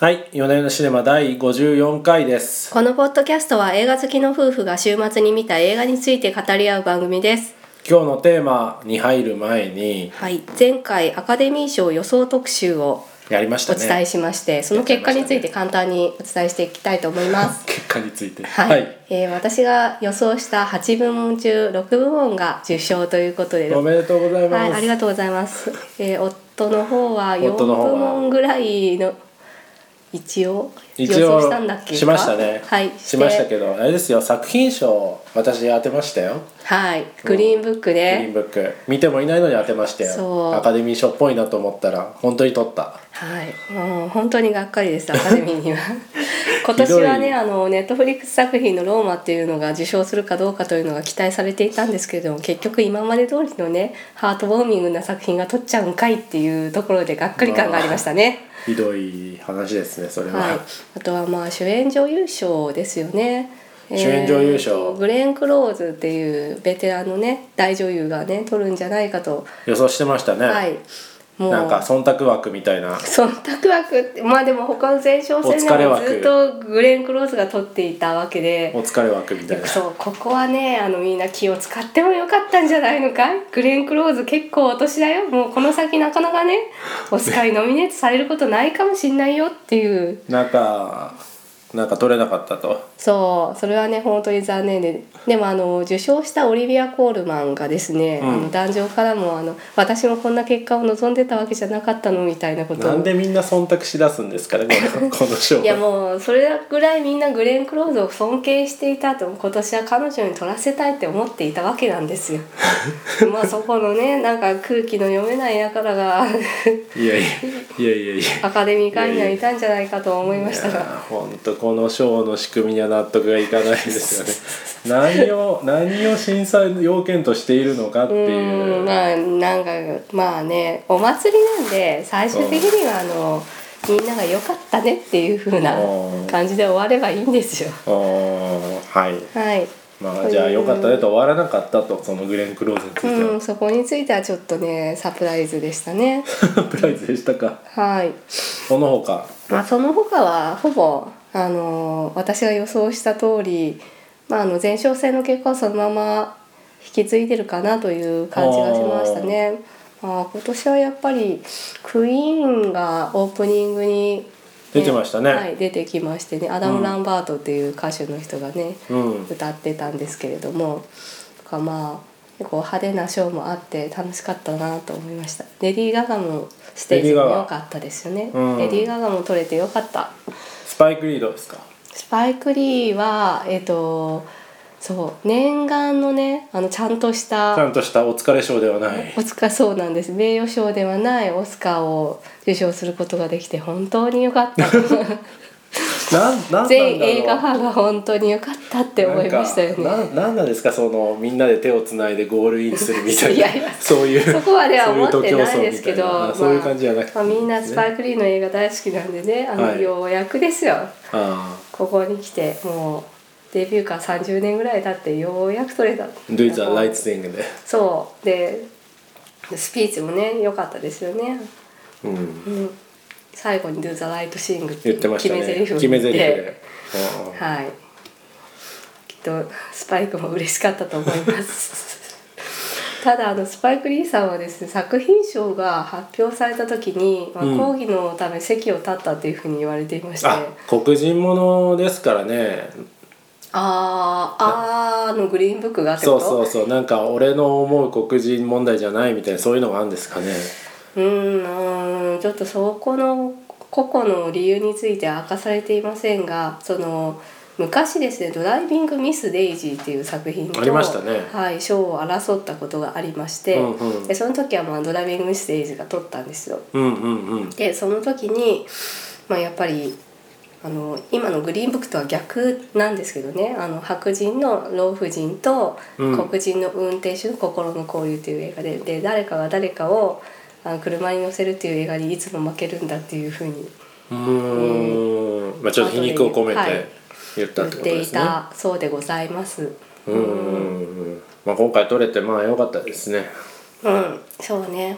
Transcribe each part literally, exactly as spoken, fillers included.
はい、よねんのシネマだいごじゅうよんかいです。 このポッドキャストは映画好きの夫婦が週末に見た映画について語り合う番組です。 今日のテーマに入る前に、 はい、前回アカデミー賞予想特集をやりましたね。 お伝えしまして、その結果について簡単にお伝えしていきたいと思います。 結果について、 はい、はい、えー、私が予想したはちぶもん中ろくぶもんが受賞ということで、 おめでとうございます。 はい、ありがとうございます。えー、夫の方はよんぶもんぐらいの一応予想したんだっけか。 しましたね。 はい、 しましたけど、あれですよ、作品賞私当てましたよ。 はい、グリーンブックね、 うん、グリーンブック見てもいないのに当てましたよ。アカデミー賞っぽいなと思ったら本当に取った。 はい、もう本当にがっかりです、アカデミーには。今年はね、あのネットフリックス作品のローマっていうのが受賞するかどうかというのが期待されていたんですけれども、結局今まで通りのねハートウォーミングな作品が取っちゃうんかいっていうところでがっかり感がありましたね。 ひどい話ですね、それは。 はい、あとはまあ主演女優賞ですよね。 主演女優賞、 えー、グレン・クローズっていうベテランのね大女優がね取るんじゃないかと予想してましたね。 はい、もうなんか忖度枠みたいな。 忖度枠ってまあでも他の前哨戦でもずっとグレン・クローズが取っていたわけで、 お疲れ枠みたいな。 そう、ここはねあのみんな気を使ってもよかったんじゃないのかい。グレン・クローズ結構お年だよ、もうこの先なかなかねオスカーにノミネートされることないかもしんないよっていうなんかなんか取れなかったと。 そう、それはね本当に残念で、でもあの受賞したオリビア・コールマンがですね、うん、あの壇上からもあの私もこんな結果を望んでたわけじゃなかったのみたいなことを。 なんでみんな忖度しだすんですかねこの賞。 いやもうそれぐらいみんなグレン・クローズを尊敬していたと、今年は彼女に取らせたいって思っていたわけなんですよ。まあそこのねなんか空気の読めない輩がいやいやいやいやいやアカデミー会にはいたんじゃないかと思いましたが、 本当この賞の仕組みには納得がいかないですよね。何を何を審査要件としているのかっていう。 うん、まあなんかまあねお祭りなんで最終的にはあのみんなが良かったねっていう風な感じで終わればいいんですよ。 はい、 はい、 まあじゃあ良かったねと終わらなかったと、そのグレン・クローズについては、 うん、そこについてはちょっとねサプライズでしたね。 サプライズでしたか。 はい。 その他、 まあその他はほぼあの私が予想した通り、まああの前哨戦の結果をそのまま引き継いでるかなという感じがしましたね。あ、今年はやっぱりクイーンがオープニングに、ね、 出てましたね。 はい、出てきましてね、アダム・ランバートっていう歌手の人がね、うん、歌ってたんですけれども、まあ結構派手なショーもあって楽しかったなと思いました。レディー・ガガもステージも良かったですよね。レディー・ガガも撮れて良かった。 スパイク・リードですか。 スパイク・リーはえっとそう念願のねあのちゃんとしたちゃんとしたお疲れ賞ではないお疲れそうなんです、名誉賞ではないオスカーを受賞することができて本当に良かった。 なんなん全映画ファンが本当に良かったって思いましたよね。 なななんなんですかそのみんなで手をつないでゴールインするみたいな。いやいやそういうそこまでは思ってないですけど、 そういう感じじゃなくて、 まあ、みんなスパイク・リーの映画大好きなんでね、あの、はい、ようやくですよ、あここに来てもうデビューからさんじゅうねんぐらい経ってようやく撮れた。 Do the right thing で、 そうでスピーチもね良かったですよね。うん、うん、最後に Do the right thing って決め台詞を言って、で、はい、きっとスパイクも嬉しかったと思いますただあのスパイク・リーさんはですね、作品賞が発表された時に、まあ、講義のため席を立ったっていうふうに言われていまして、うん、 あ黒人ものですからね。 あーあーのグリーンブックがってこと？ そうそうそう、なんか俺の思う黒人問題じゃないみたいな、そういうのがあるんですかね。 うん、ちょっとそこの個々の理由については明かされていませんが、その昔ですね、ドライビングミス・デイジーっていう作品とありましたね、 はい、賞を争ったことがありまして、うんうん、でその時はまあドライビングミス・デイジーが取ったんですよ、うんうんうん、でその時に、まあ、やっぱりあの今のグリーンブックとは逆なんですけどね、あの白人の老婦人と黒人の運転手の心の交流という映画で、で誰かが誰かをあの車に乗せるっていう映画にいつも負けるんだっていうふうに、 うーん、うん、まあ、ちょっと皮肉を込めて言ったってことですね。 言っていたそうでございます。 うん、うん、まあ、今回取れてまあ良かったですね。 うん、そうね。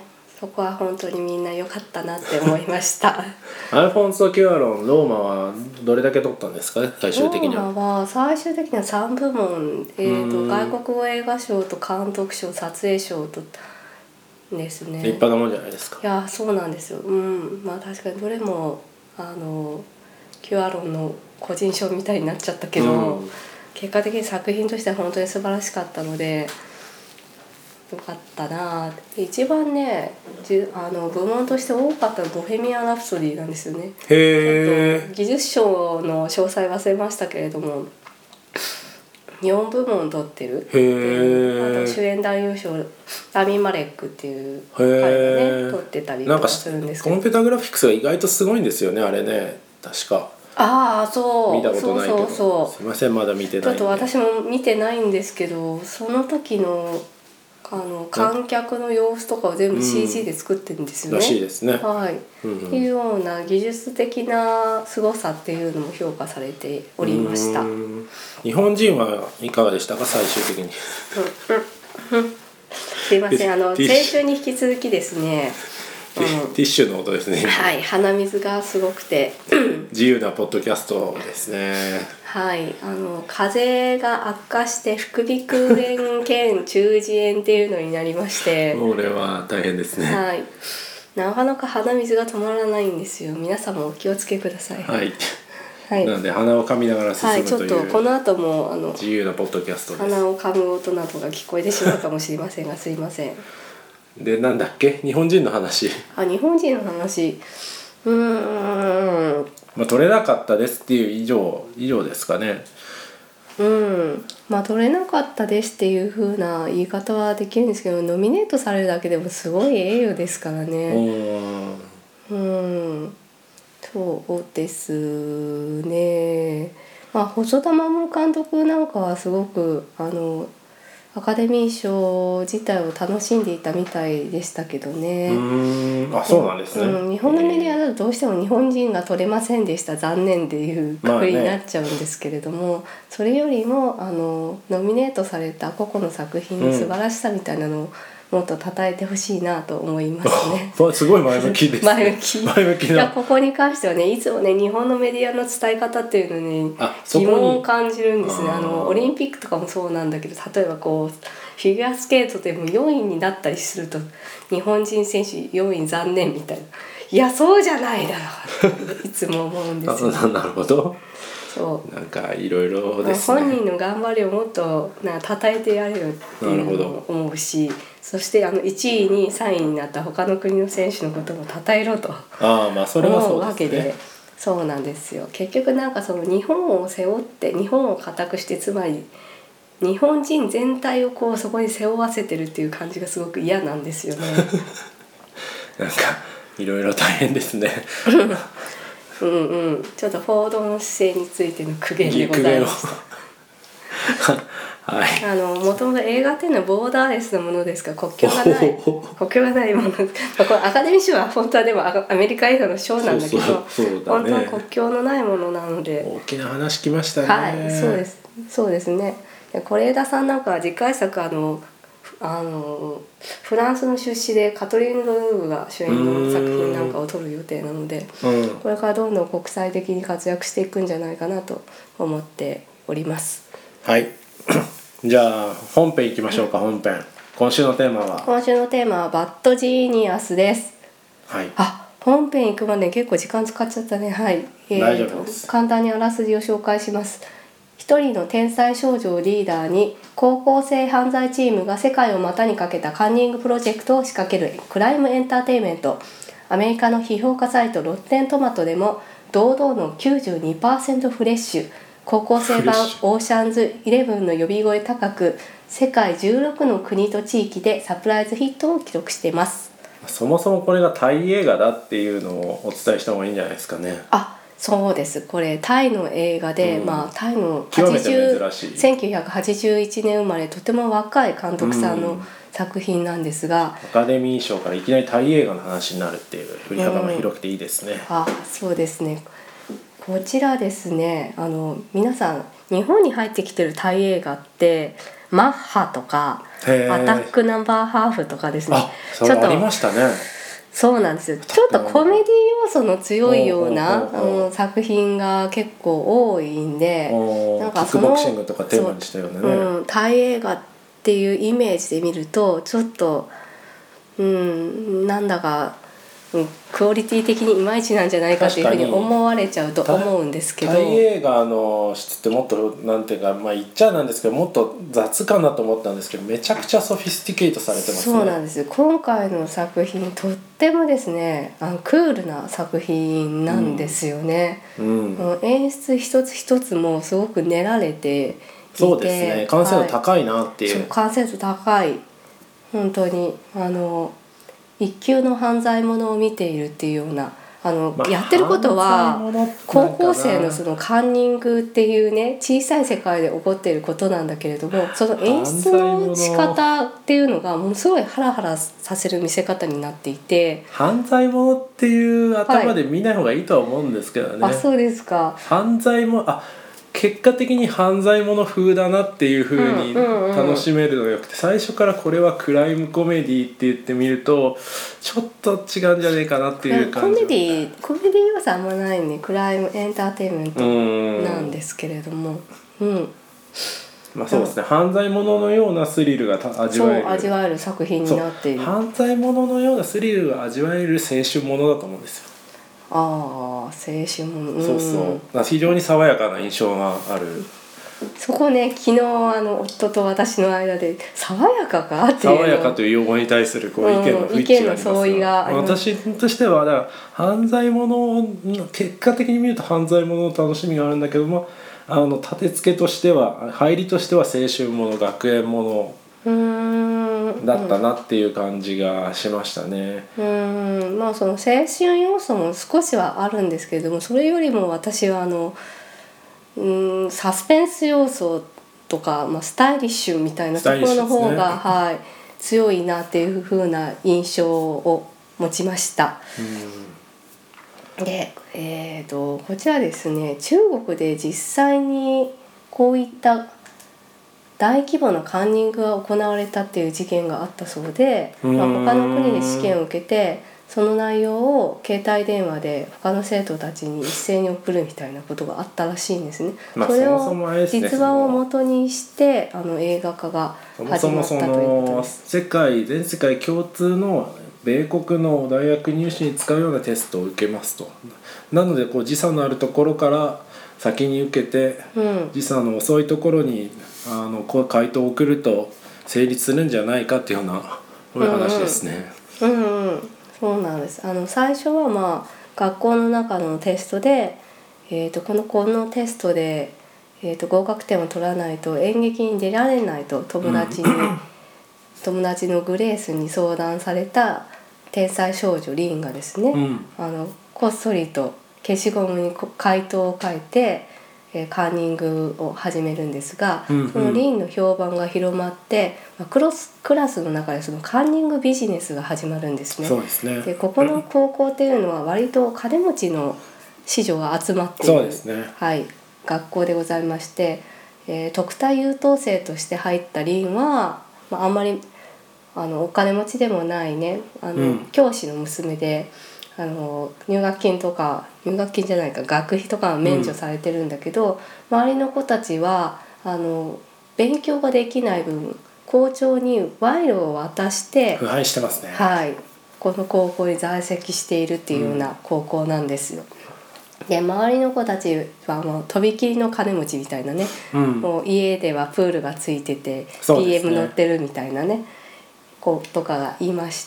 そこは本当にみんな良かったなって思いましたアルフォンソ・キュアロン、ローマはどれだけ取ったんですかね、最終的には。 ローマは最終的にはさんぶもん、えー、と外国語映画賞と監督賞、撮影賞とですね。 立派なもんじゃないですか。 いやそうなんですよ、うん、まあ確かにどれもあのキュアロンの個人賞みたいになっちゃったけど、うん、結果的に作品としては本当に素晴らしかったのでよかったな。一番ねじあの部門として多かったのはボヘミアン・ラプソディなんですよね。 へちょっと技術賞の詳細忘れましたけれどもよんぶもん取ってる。 へあと主演男優賞ラミ・マレックっていう彼がね取ってたりとかするんですけど、 コンピュータグラフィックスが意外とすごいんですよねあれね、確か。 ああそう見たことないけど、 そうそうそうすいませんまだ見てないんで。 ちょっと私も見てないんですけど、その時のあの観客の様子とかを全部 シージー で作ってるんですよね、 うん、らしいですね。 はい、うんうん、っていうような技術的な凄さっていうのも評価されておりました。 日本人はいかがでしたか最終的にすいません、あの先週に引き続きですね、 うん、ティッシュの音ですね。 はい、鼻水がすごくて自由なポッドキャストですね。 はい、あの風邪が悪化して副鼻腔炎兼中耳炎っていうのになりましてこれは大変ですね。 はい、なかなか鼻水が止まらないんですよ。皆さんもお気をつけください。 はい、 はい、 なので鼻を噛みながら進むという、 はい、ちょっとこの後もあの自由なポッドキャストです。 鼻を噛む音などが聞こえてしまうかもしれませんがすいません。 でなんだっけ、日本人の話。 あ、日本人の話、うーん、 まあ、取れなかったですっていう以上以上ですかね。 うん、まあ取れなかったですっていう風な言い方はできるんですけど、ノミネートされるだけでもすごい栄誉ですからね。うん、そうですね。まあ細田守監督なんかはすごくあのアカデミー賞自体を楽しんでいたみたいでしたけどね。 うーん、あ、そうなんですね。 うん、日本のメディアだとどうしても日本人が取れませんでした残念っていうくくりになっちゃうんですけれども、まあね、それよりもあのノミネートされた個々の作品の素晴らしさみたいなのをもっと称えてほしいなと思いますね。 すごい前向きです、ね、 前向き前向きな。 いやここに関してはね、いつもね日本のメディアの伝え方っていうのに疑問を感じるんですね。あのオリンピックとかもそうなんだけど、例えばこうフィギュアスケートでもよんいになったりすると日本人選手よんい残念みたいな、いやそうじゃないだろういつも思うんですよ、ね、 なるほど。 そうなんかいろいろですね。 本人の頑張りをもっとな称えてやるよっていうのを思うし、そしてあのいちいにさんいになった他の国の選手のことも称えろと思うわけで、そうなんですよ。結局なんかその日本を背負って日本を固くして、つまり日本人全体をこうそこに背負わせてるっていう感じがすごく嫌なんですよねなんかいろいろ大変ですねうんうん、ちょっと報道の姿勢についての苦言でございましたはい、あのもともと映画っていうのはボーダーレスなものですから、国境がない国境がないものこれアカデミー賞は本当はでもアメリカ映画の賞なんだけど、そうそうそうだね、本当は国境のないものなので。 大きな話きましたね。 はい、そうですそうですね。是枝さんなんかは次回作あのあのフランスの出資でカトリーヌ・ドヌーブが主演の作品なんかを撮る予定なので、これからどんどん国際的に活躍していくんじゃないかなと思っております。 はい、じゃあ本編いきましょうか。本編今週のテーマは今週のテーマはバッドジーニアスです。 はい、 あ、本編行くまで結構時間使っちゃったね。はい、 えー、大丈夫です。 簡単にあらすじを紹介します。一人の天才少女をリーダーに高校生犯罪チームが世界を股にかけたカンニングプロジェクトを仕掛けるクライムエンターテインメント。アメリカの批評家サイトロッテントマトでも堂々の きゅうじゅうにパーセント フレッシュ、高校生版オーシャンズイレブンの呼び声高く、世界じゅうろくの国と地域でサプライズヒットを記録しています。 そもそもこれがタイ映画だっていうのをお伝えした方がいいんじゃないですかね。 あ、そうです。これタイの映画で、うん、まあタイの極めて珍しいせんきゅうひゃくはちじゅういちねん生まれ、とても若い監督さんの作品なんですが、うん、 アカデミー賞からいきなりタイ映画の話になるっていう振り幅が広くていいですね。 うん、あ、そうですね。こちらですね、あの皆さん日本に入ってきてるタイ映画ってマッハとかアタックナンバーハーフとかですね。 あ、それありましたね。 そうなんですよ。ちょっとコメディ要素の強いようなあの作品が結構多いんで、 なんかそのキックボクシングとかテーマにしたようなね、 うん、タイ映画っていうイメージで見るとちょっと、うん、なんだか、うん、クオリティ的にいまいちなんじゃないかというふうに思われちゃうと思うんですけど、 タイ映画の質ってもっとなんていうか、まあ言っちゃなんですけどもっと雑かなと思ったんですけど、めちゃくちゃソフィスティケートされてますね。 そうなんです。今回の作品とってもですね、あのクールな作品なんですよね、うんうん、演出一つ一つもすごく練られていて、 そうですね、完成度高いなっていう、はい、そう完成度高い、本当にあの一級の犯罪者を見ているっていうような、あの、まあ、やってることは高校生のそのカンニングっていうね小さい世界で起こっていることなんだけれども、その演出の仕方っていうのがものすごいハラハラさせる見せ方になっていて、 犯罪者っていう頭で見ない方がいいとは思うんですけどね、 はい、あ、そうですか。 犯罪もあ結果的に犯罪者風だなっていう風に楽しめるのがよくて、最初からこれはクライムコメディって言ってみるとちょっと違うんじゃねえかなっていう感じ。 コメディコメディ要素あんまないね、クライムエンターテインメントなんですけれども、うん、 まあそうですね、犯罪者のようなスリルが味わえる、 そう味わえる作品になっている。 犯罪者のようなスリルが味わえる青春ものだと思うんですよ。 ああ、青春もの、うん、 そうそう、非常に爽やかな印象がある。 そこね、昨日あの夫と私の間で爽やかかっていう爽やかという用語に対するこう意見の不一致がありますが、うん、意見の相違があります。私としてはだから犯罪者結果的に見ると犯罪者の楽しみがあるんだけども、あの立て付けとしては入りとしては青春もの学園ものだったなっていう感じがしましたね。 うん、うん、まあその青春要素も少しはあるんですけれども、それよりも私はあのうんサスペンス要素とか、まあ、スタイリッシュみたいなところの方が、ね、はい、強いなっていう風な印象を持ちました。うん、で、えーと、こちらですね、中国で実際にこういった大規模なカンニングが行われたっていう事件があったそうで、まあ、他の国で試験を受けてその内容を携帯電話で他の生徒たちに一斉に送るみたいなことがあったらしいんですね。まあ、それを実話を元にしてあの映画化が始まったということです。そもそも世界全世界共通の米国の大学入試に使うようなテストを受けますと。なのでこう時差のあるところから先に受けて、うん、時差の遅いところにあの回答を送ると成立するんじゃないかっていうようなこういう話ですね。 うんうんうんうん、そうなんです。あの最初はまあ学校の中のテストで、えー、とこのこのテストで、えー、と合格点を取らないと演劇に出られないと友達に、うん、友達のグレースに相談された天才少女リンがですね、うん、あのこっそりと消しゴムに回答を書いて、えー、カンニングを始めるんですが、うんうん、そのリンの評判が広まって、まあ、クロスクラスの中でそのカンニングビジネスが始まるんですね。 そうですね。 でここの高校っていうのは割と金持ちの子女が集まっている、 そうですね、 はい、学校でございまして、えー、特待優等生として入ったリンは、まあ、あんまりあのお金持ちでもないねあの、うん、教師の娘であの入学金とか入学金じゃないか学費とかは免除されてるんだけど、うん、周りの子たちはあの勉強ができない分校長に賄賂を渡して腐敗してますね、 はい、この高校に在籍しているっていうような高校なんですよ。うん、で周りの子たちはもうとびきりの金持ちみたいなね、うん、もう家ではプールがついてて、ね、ビーエム 乗ってるみたいなね子とかがいまして、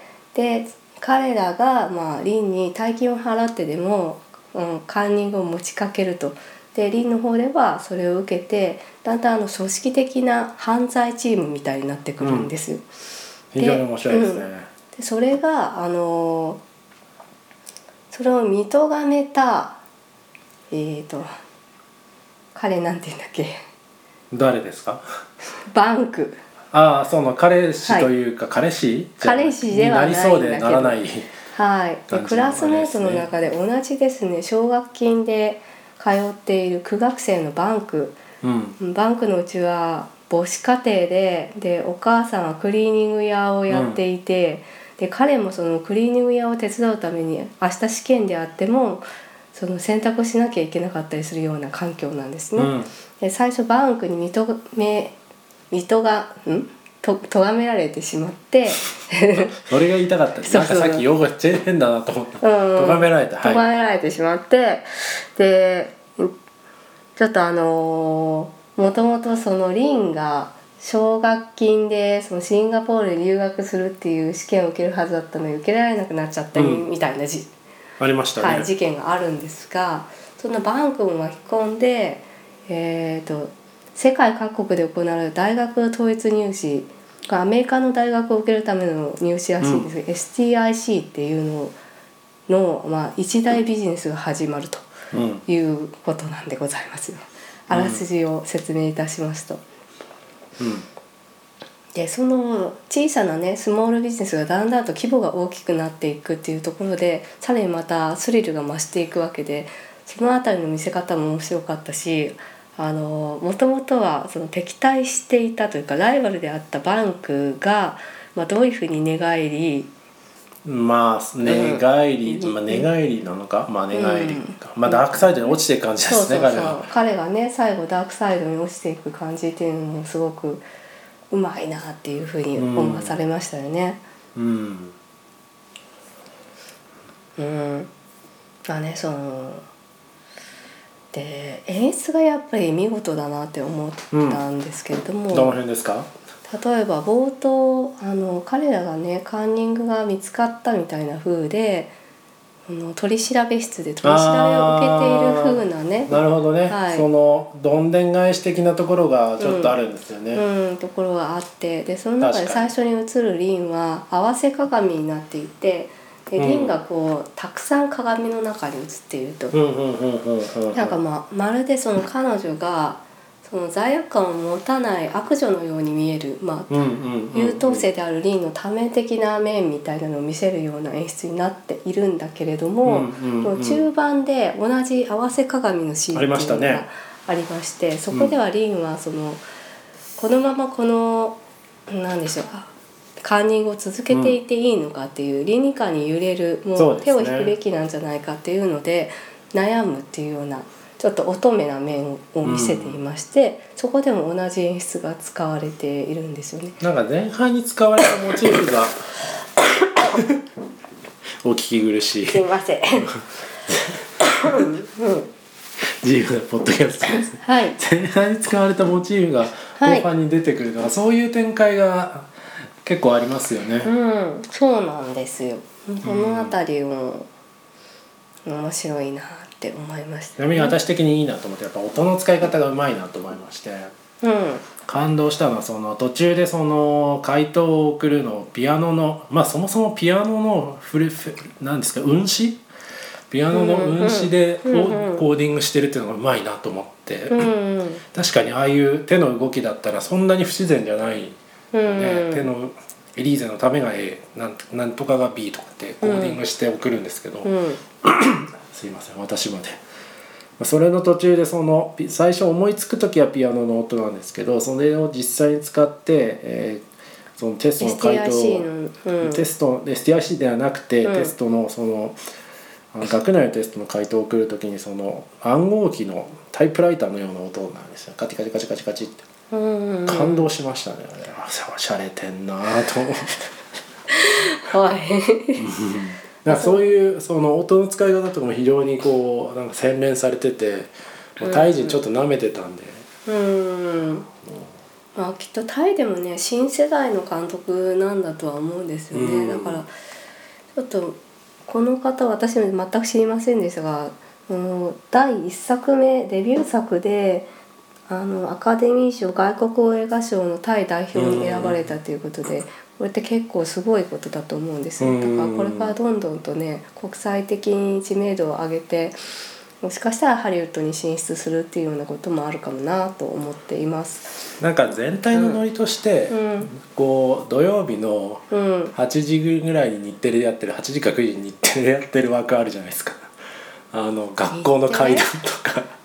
で彼らがまあリンに大金を払ってでも、うん、カンニングを持ちかけると。でリンの方ではそれを受けてだんだんあの組織的な犯罪チームみたいになってくるんですよ。うん、 非常に面白いですね。うん、 でそれがあのそれを見とがめたえーと彼なんて言うんだっけ。 誰ですか？ バンク。 ああ、その彼氏というか、はい、彼氏彼氏ではないんだけど、 になりそうでならない、 はい、でクラスメートの中で同じですね奨学金で通っている苦学生のバンクうん、バンクのうちは母子家庭で、でお母さんはクリーニング屋をやっていて、うん、で彼もそのクリーニング屋を手伝うために明日試験であってもその選択をしなきゃいけなかったりするような環境なんですね。うん、で最初バンクに認め認がんと咎められてしまってそれが言いたかったです。なんかさっき用語変だなと思った。咎められた。 咎められてしまって、でちょっとあのもともとそのリンが奨学金でそのシンガポールで留学するっていう試験を受けるはずだったのに受けられなくなっちゃったり、うん、みたいなじありましたね、 はい、事件があるんですが、そのバンクも巻き込んで、えーと、世界各国で行われる大学統一入試がアメリカの大学を受けるための入試らしいんですが、うん、エスティーアイシー っていうのの、まあ、一大ビジネスが始まるということなんでございますよ。あらすじを説明いたしますと、うん、でその小さなねスモールビジネスがだんだんと規模が大きくなっていくっていうところでさらにまたスリルが増していくわけで、そのあたりの見せ方も面白かったし、あのもともとはその敵対していたというかライバルであったバンクが、まあ、どういうふうに寝返りまあ寝返り、うんまあ、寝返りなのか、まあ、寝返りか、うんまあ、ダークサイドに落ちていく感じですね、 そうそうそう彼は彼がね最後ダークサイドに落ちていく感じっていうのもすごくうまいなっていうふうに思わされましたよね。うん、うん、まあねそので演出がやっぱり見事だなって思ったんですけれども、 うん、どの辺ですか？ 例えば冒頭あの彼らがねカンニングが見つかったみたいな風であの取り調べ室で取り調べを受けている風なね、 なるほどね、はい、そのどんでん返し的なところがちょっとあるんですよね、 うんうん、ところがあって、でその中で最初に映るリンは合わせ鏡になっていて、でリンがこうたくさん鏡の中に映っていると、なんかまあまるでその彼女がその罪悪感を持たない悪女のように見える、まあ、優等生であるリンの多面的な面みたいなのを見せるような演出になっているんだけれども、うんうんうん、中盤で同じ合わせ鏡のシーンっていうのがありまして、そこではリンはそのこのままこの何でしょうかカンニングを続けていていいのかっていう倫理観に揺れる、もう手を引くべきなんじゃないかっていうので悩むっていうようなちょっと乙女な面を見せていまして、うん、そこでも同じ演出が使われているんですよね。 なんか前半に使われたモチーフがお聞き苦しい。 すいません。 自由なポッドキャストですね。はい、前半に使われたモチーフが後半に出てくるのは、はい、そういう展開が結構ありますよね。 うん、そうなんですよ。このあたりも面白いなって思いました、ね。 ちなみに私的にいいなと思ってやっぱ音の使い方がうまいなと思いまして、うん、感動したのはその途中でその回答を送るのピアノのまあそもそもピアノのフルフなんですか運指ピアノの運指でコーディングしてるっていうのがうまいなと思って、うんうん、確かにああいう手の動きだったらそんなに不自然じゃない、ねうんうん、手のエリーゼのためが A なんなんとかが B とかってコーディングして送るんですけど、うん、すいません私までそれの途中でその最初思いつく時はピアノの音なんですけど、それを実際に使って、えー、そのテストの回答 エスティーアイシー の、うん、テスト エスティーアイシー ではなくて、うん、テストのその学内のテストの回答を送る時にその暗号機のタイプライターのような音なんですよ。カチカチカチカチカチって、うんうんうん、感動しましたね。あれおしゃれてんなと思ってはいだからそういうその音の使い方とかも非常にこうなんか洗練されてて、タイ人ちょっと舐めてたんで、うんうん、 まあ、きっとタイでもね新世代の監督なんだとは思うんですよね、うん、だからちょっとこの方私も全く知りませんでしたが、うん、だいいっさくめデビュー作であのアカデミー賞外国映画賞のタイ代表に選ばれたということで、これって結構すごいことだと思うんですよ。だからこれからどんどんとね国際的に知名度を上げて、もしかしたらハリウッドに進出するっていうようなこともあるかもなと思っています。 なんか全体のノリとして、うん、こう土曜日のはちじぐらいに日テレでやってるはちじかくじに日テレでやってる枠あるじゃないですか。あの学校の階段とか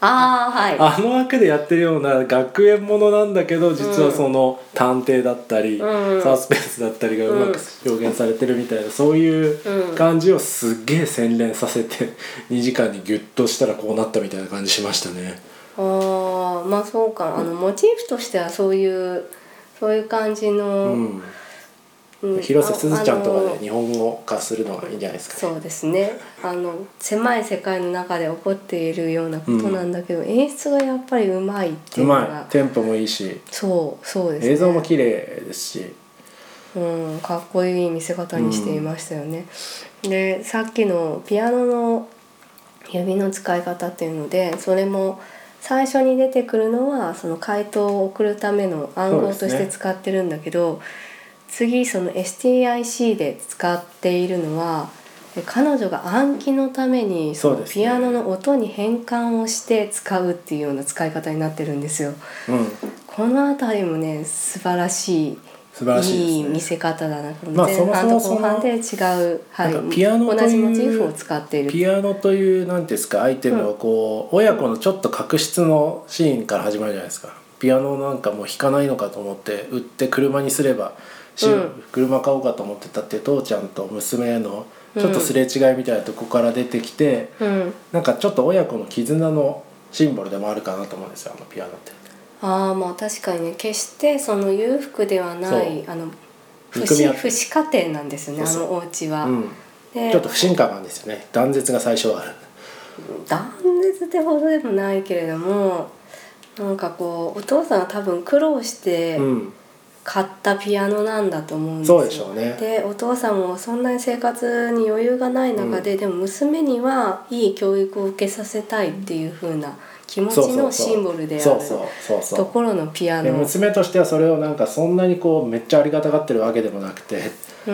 あー、はい、 あの枠でやってるような学園ものなんだけど実はその探偵だったり、うん、サスペンスだったりがうまく表現されてるみたいな、そういう感じをすっげえ洗練させてにじかんにギュッとしたらこうなったみたいな感じしましたね。 ああ、まあそうか、あのモチーフとしてはそういうそういう感じの、うんうん、広瀬すずちゃんとかで日本語化するのがいいんじゃないですか、 ね、そうですね。あの狭い世界の中で起こっているようなことなんだけど、うん、演出がやっぱりうまいっていうのが、うまい、 テンポもいいし、 そうそうですね、 映像も綺麗ですし、 うん、かっこいい見せ方にしていましたよね、うん、でさっきのピアノの指の使い方っていうので、それも最初に出てくるのはその回答を送るための暗号として使ってるんだけど、次その エスティーアイシー で使っているのは彼女が暗記のためにそのピアノの音に変換をして使うっていうような使い方になってるんですよ、うん、このあたりもね素晴らしい、素晴らしいですね、いい見せ方だな。前半と後半で違う、はい、ピアノという同じモチーフを使っている。 ピアノという何ですかアイテムはこう、うん、親子のちょっと確執のシーンから始まるじゃないですか。ピアノなんかもう弾かないのかと思って売って車にすればうん、車買おうかと思ってたって父ちゃんと娘のちょっとすれ違いみたいなとこから出てきて、うん、なんかちょっと親子の絆のシンボルでもあるかなと思うんですよ、あのピアノって。 ああ、まあ確かにね、決してその裕福ではないあの不死不死家庭なんですよね、そうそう、あのお家は、うん、 でちょっと不信感なんですよね。断絶が最初はある。 断絶ってほどでもないけれども、なんかこうお父さんが多分苦労して、うん買ったピアノなんだと思うんですよ。 そうでしょうね。 でお父さんもそんなに生活に余裕がない中で、うん、でも娘にはいい教育を受けさせたいっていう風な気持ちのシンボルであるところのピアノ。 娘としてはそれをなんかそんなにこうめっちゃありがたがってるわけでもなくて、 うん、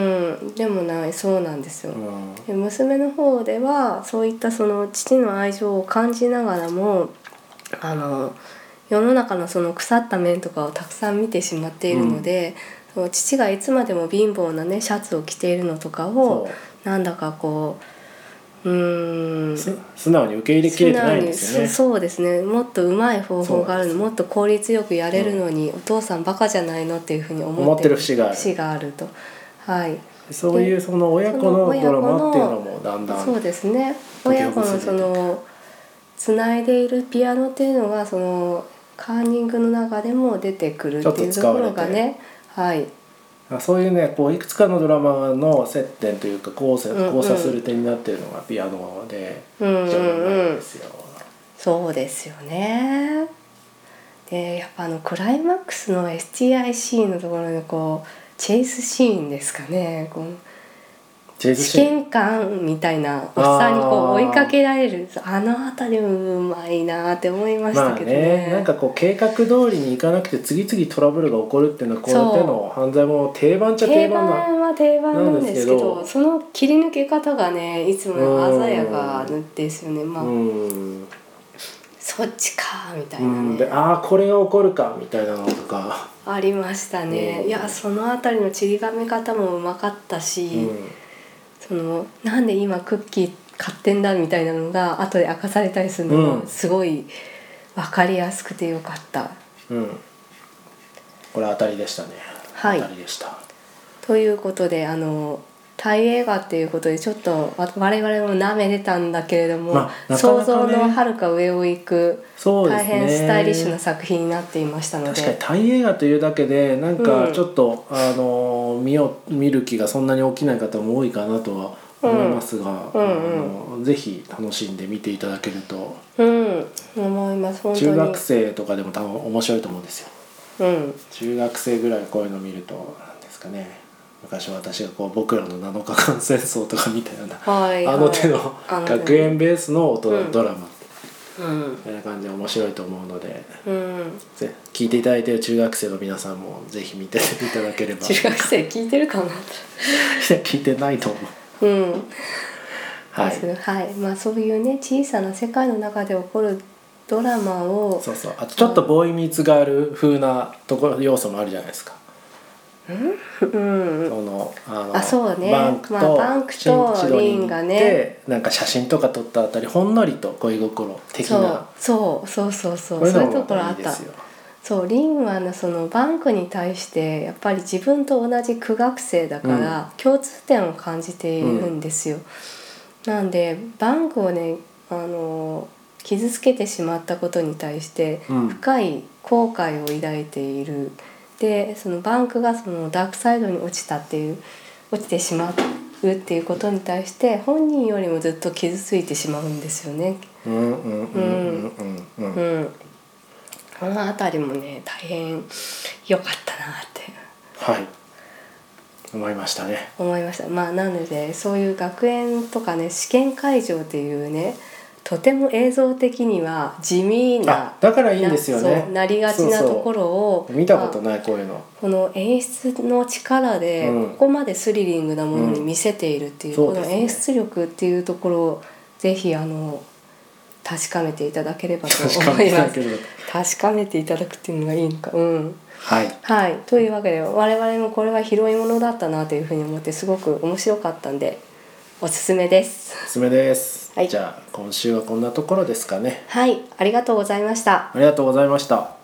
でもない、そうなんですよ、うん、で娘の方ではそういったその父の愛情を感じながらもあの世の中のその腐った面とかをたくさん見てしまっているので、うん、その父がいつまでも貧乏なねシャツを着ているのとかをなんだかこう、うーん素直に受け入れきれてないんですよね。 そうですね。もっとうまい方法があるの、もっと効率よくやれるのに、うん、お父さんバカじゃないのっていうふうに思ってる節がある、節があると、はい、 そういうその親子のドラマっていうのもだんだんそうですね、親子のそのつないでいるピアノっていうのがそのカーニングの中でも出てくるっていうところがね、はい、 そういうねこういくつかのドラマの接点というか交差、うんうん、交差する点になっているのがピアノで非常にうまいんですよ、うんうん、 そうですよね。でやっぱあのクライマックスの エスティーアイシー のところのこうチェイスシーンですかね、こう試験官みたいなおっさんにこう追いかけられるあのあたりもうまいなって思いましたけど ね,、まあ、ねなんかこう計画通りにいかなくて次々トラブルが起こるっていうのはこの手の犯罪も定番っちゃ定番な定番は定番なんですけど、その切り抜け方がねいつも鮮やかですよね。まあうんそっちかみたいなね、うんでああこれが起こるかみたいなのとかありましたね。いやそのあたりの散りばめ方もうまかったし、うんそのなんで今クッキー買ってんだみたいなのが後で明かされたりするのもすごい分かりやすくてよかった、うん、 これ当たりでしたね。 はい、 当たりでした。 ということであのタイ映画っていうことでちょっと我々もなめてたんだけれども、まあなかなかね、想像のはるか上を行く大変スタイリッシュな作品になっていましたので、 確かにタイ映画というだけでなんかちょっと、うん、あの見よ見る気がそんなに起きない方も多いかなとは思いますが、うんうんうん、ぜひ楽しんで見ていただけると、 うん、思います本当に。 中学生とかでも多分面白いと思うんですよ、うん、中学生ぐらいこういうの見るとなんですかね、昔私がこう僕らのなのかかん戦争とかみたいな、はいはい、あの手の学園ベースのドラマみたいな感じで面白いと思うので、うん、聞いていただいている中学生の皆さんもぜひ見ていただければ。 中学生聞いてるかな聞いてないと思う、うんはいはい、まあそういうね小さな世界の中で起こるドラマをそうそうあとちょっとボーイミーツガール風なところ要素もあるじゃないですか。 うん、 そのあのあそうね、 バンクと、 まあ、バンクとリンがねなんか写真とか撮ったあたりほんのりと恋心的なそうそうそうそうそうこういうのもそういうところあった。そうリンはそのバンクに対してやっぱり自分と同じ苦学生だから、うん、共通点を感じているんですよ、うん、なんでバンクをねあの傷つけてしまったことに対して深い後悔を抱いている、うん、でそのバンクがそのダークサイドに落ちたっていう落ちてしまうっていうことに対して本人よりもずっと傷ついてしまうんですよね。うんうんうんうんうんうんこのあたりもね大変良かったなってはい思いましたね。 思いました。まあなのでそういう学園とかね試験会場っていうねとても映像的には地味なだからいいんですよね。 そうなりがちなところをそうそう見たことないこういうのこの演出の力でここまでスリリングなものに見せているっていう、うん、この演出力っていうところをぜひあの確かめていただければと思います。確かめていただくっていうのがいいのか、うん、 はい、 はい、というわけで我々もこれは拾い物だったなというふうに思ってすごく面白かったんでおすすめです。 おすすめです、はい、じゃあ今週はこんなところですかね。 はい、ありがとうございました。 ありがとうございました。